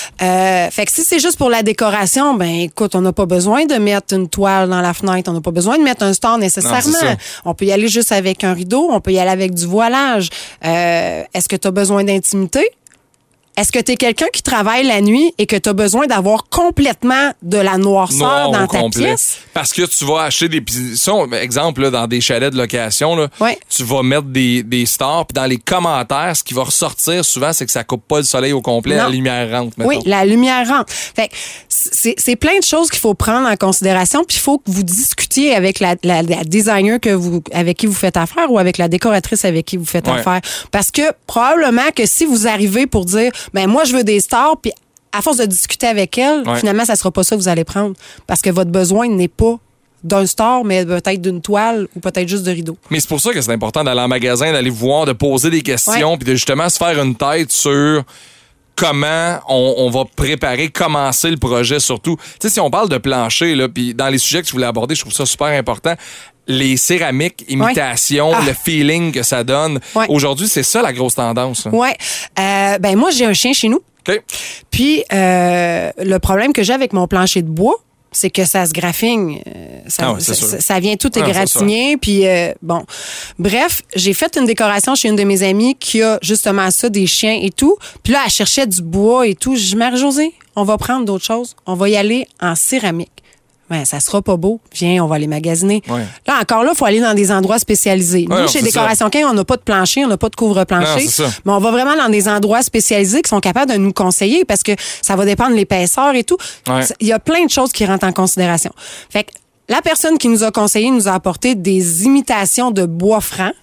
Fait que si c'est juste pour la décoration, écoute, on n'a pas besoin de mettre une toile dans la fenêtre. On n'a pas besoin de mettre un store nécessairement. Non, on peut y aller juste avec un rideau. On peut y aller avec du voilage. Est-ce que tu as besoin d'intimité? Est-ce que tu es quelqu'un qui travaille la nuit et que tu as besoin d'avoir complètement de la noirceur dans ta pièce? Parce que tu vas acheter des... Exemple, là, dans des chalets de location, là, tu vas mettre des stars, puis dans les commentaires, ce qui va ressortir souvent, c'est que ça coupe pas le soleil au complet, la lumière rentre. Mettons. Oui, la lumière rentre. Fait que c'est plein de choses qu'il faut prendre en considération, puis il faut que vous discutiez avec la designer avec qui vous faites affaire ou avec la décoratrice avec qui vous faites affaire. Parce que probablement que si vous arrivez pour dire moi, je veux des stars, puis à force de discuter avec elle, finalement, ça sera pas ça que vous allez prendre. Parce que votre besoin n'est pas d'un star, mais peut-être d'une toile ou peut-être juste de rideaux. Mais c'est pour ça que c'est important d'aller en magasin, d'aller voir, de poser des questions, puis de justement se faire une tête sur comment on va commencer le projet surtout. Tu sais, si on parle de plancher, là, puis dans les sujets que tu voulais aborder, je trouve ça super important. Les céramiques, imitation, le feeling que ça donne. Aujourd'hui, c'est ça la grosse tendance. Oui. Moi, j'ai un chien chez nous. Okay. Puis, le problème que j'ai avec mon plancher de bois, c'est que ça se graffigne. Ça vient tout égratigner. Puis, bref, j'ai fait une décoration chez une de mes amies qui a justement ça, des chiens et tout. Puis là, elle cherchait du bois et tout. Je dis, Marie-Josée, on va prendre d'autres choses. On va y aller en céramique. Ça sera pas beau. Viens, on va les magasiner. Là, encore là, il faut aller dans des endroits spécialisés. Nous, chez Décoration King, on n'a pas de plancher, on n'a pas de couvre-plancher. Mais on va vraiment dans des endroits spécialisés qui sont capables de nous conseiller parce que ça va dépendre de l'épaisseur et tout. Il y a plein de choses qui rentrent en considération. Fait que la personne qui nous a conseillé nous a apporté des imitations de bois franc.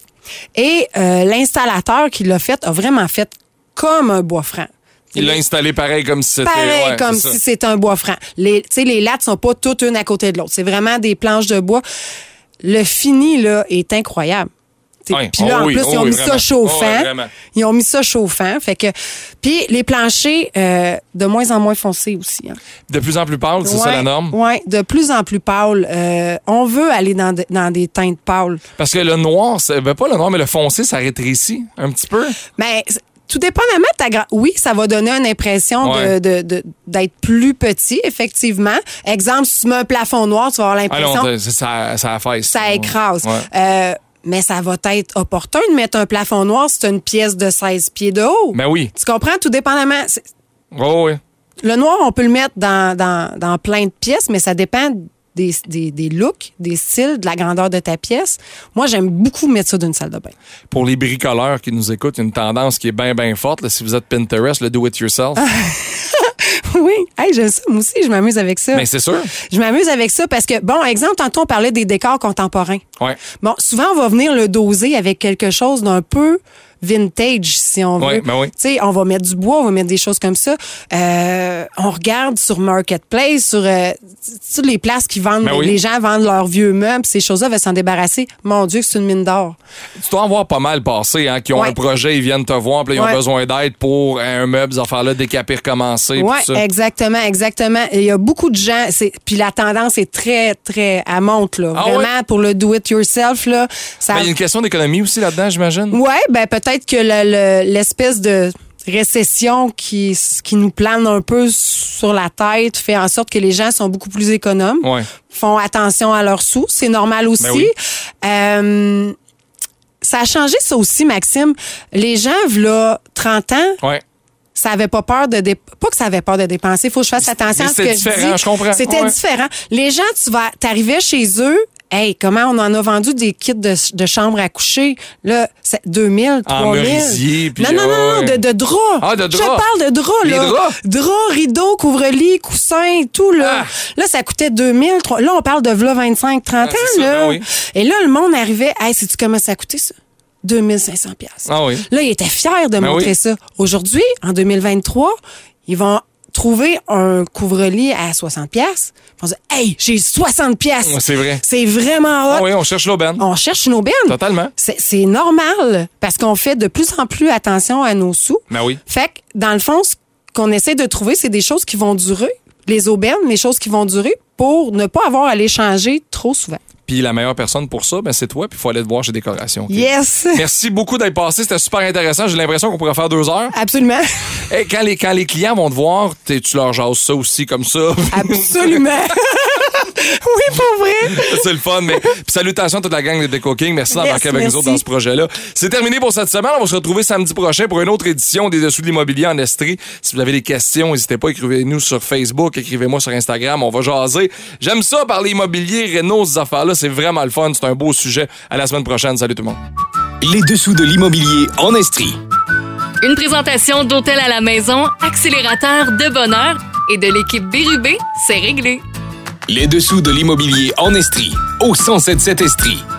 Et l'installateur qui l'a fait a vraiment fait comme un bois franc. Il l'a installé pareil comme si c'était... Pareil comme si c'était un bois franc. Les lattes sont pas toutes une à côté de l'autre. C'est vraiment des planches de bois. Le fini, là, est incroyable. Puis là, en plus, ils ont mis ça chauffant. Ils ont mis ça chauffant. Fait que, puis les planchers, de moins en moins foncés aussi. Hein. De plus en plus pâles, c'est ça la norme? Oui, de plus en plus pâles. On veut aller dans des teintes pâles. Parce que le noir, pas le noir, mais le foncé, ça rétrécit un petit peu? Mais tout dépendamment de oui, ça va donner une impression d'être plus petit, effectivement. Exemple, si tu mets un plafond noir, tu vas avoir l'impression... ça affaisse. Ça écrase. Ouais. Mais ça va être opportun de mettre un plafond noir si tu as une pièce de 16 pieds de haut. Mais oui. Tu comprends? Tout dépendamment. Oh, oui. Le noir, on peut le mettre dans plein de pièces, mais ça dépend des looks, des styles, de la grandeur de ta pièce. Moi, j'aime beaucoup mettre ça d'une salle de bain. Pour les bricoleurs qui nous écoutent, il y a une tendance qui est bien, bien forte. Là, si vous êtes Pinterest, le do-it-yourself. Oui, j'aime ça. Moi aussi, je m'amuse avec ça. Mais c'est sûr. Je m'amuse avec ça parce que, bon, exemple, tantôt, on parlait des décors contemporains. Ouais. Bon, souvent, on va venir le doser avec quelque chose d'un peu vintage, si on veut. Oui. Tu sais, on va mettre du bois, on va mettre des choses comme ça. On regarde sur Marketplace, sur les places qui vendent, les gens vendent leurs vieux meubles, ces choses-là veulent s'en débarrasser. Mon Dieu, c'est une mine d'or. Tu dois en voir pas mal passé, hein, qui ont un projet, ils viennent te voir, puis ils ont besoin d'aide pour un meuble, ces affaires-là, décaper, recommencer. Oui, exactement. Il y a beaucoup de gens, puis la tendance est très, très, elle monte, là. Vraiment, pour le do-it-yourself, là. Il y a une question d'économie aussi là-dedans, j'imagine? Oui, peut-être que l'espèce de récession qui nous plane un peu sur la tête fait en sorte que les gens sont beaucoup plus économes, font attention à leurs sous. C'est normal aussi. Ben oui. Ça a changé ça aussi, Maxime. Les gens, là, 30 ans... Ça avait pas peur pas que ça avait peur de dépenser. Il faut que je fasse attention à ce que je dis. C'était différent, je comprends. C'était différent. Les gens, t'arrivais chez eux, hey, comment on en a vendu des kits de chambre à coucher? Là, c'est 2000, 3000. En merisier, puis non, de draps. Ah, de draps. Je parle de draps, là. Les draps? Draps, rideaux, couvre-lit, coussins, tout, là. Là, ça coûtait 2000, 3000. Là, on parle de 25, 30 ans, là. Oui. Et là, le monde arrivait, hey, sais-tu comment ça a coûté, ça? 2500 $. Ah oui. Là, ils étaient fiers de montrer ça. Aujourd'hui, en 2023, ils vont trouver un couvre-lit à 60$. Ils vont dire, hey, j'ai 60$. C'est vrai. C'est vraiment hot. Ah oui, on cherche l'aubaine. On cherche une aubaine. Totalement. C'est normal parce qu'on fait de plus en plus attention à nos sous. Ben oui. Fait que, dans le fond, ce qu'on essaie de trouver, c'est des choses qui vont durer. Les aubaines, les choses qui vont durer pour ne pas avoir à les changer trop souvent. Puis la meilleure personne pour ça, c'est toi. Puis il faut aller te voir chez Décoration. Okay? Yes! Merci beaucoup d'être passé. C'était super intéressant. J'ai l'impression qu'on pourrait faire 2 heures. Absolument. Et quand les clients vont te voir, tu leur jases ça aussi comme ça. Absolument. Oui, pour vrai. C'est le fun. Mais puis salutations à toute la gang de Déco King. Merci d'embarquer avec nous autres dans ce projet-là. C'est terminé pour cette semaine. On va se retrouver samedi prochain pour une autre édition des Dessous de l'immobilier en Estrie. Si vous avez des questions, n'hésitez pas, écrivez-nous sur Facebook, écrivez-moi sur Instagram. On va jaser. J'aime ça parler immobilier, réno, ces affaires-là. C'est vraiment le fun. C'est un beau sujet. À la semaine prochaine. Salut tout le monde. Les Dessous de l'immobilier en Estrie. Une présentation d'Hôtel à la maison, accélérateur de bonheur et de l'équipe Bérubé, c'est réglé. Les Dessous de l'immobilier en Estrie, au 1077 Estrie.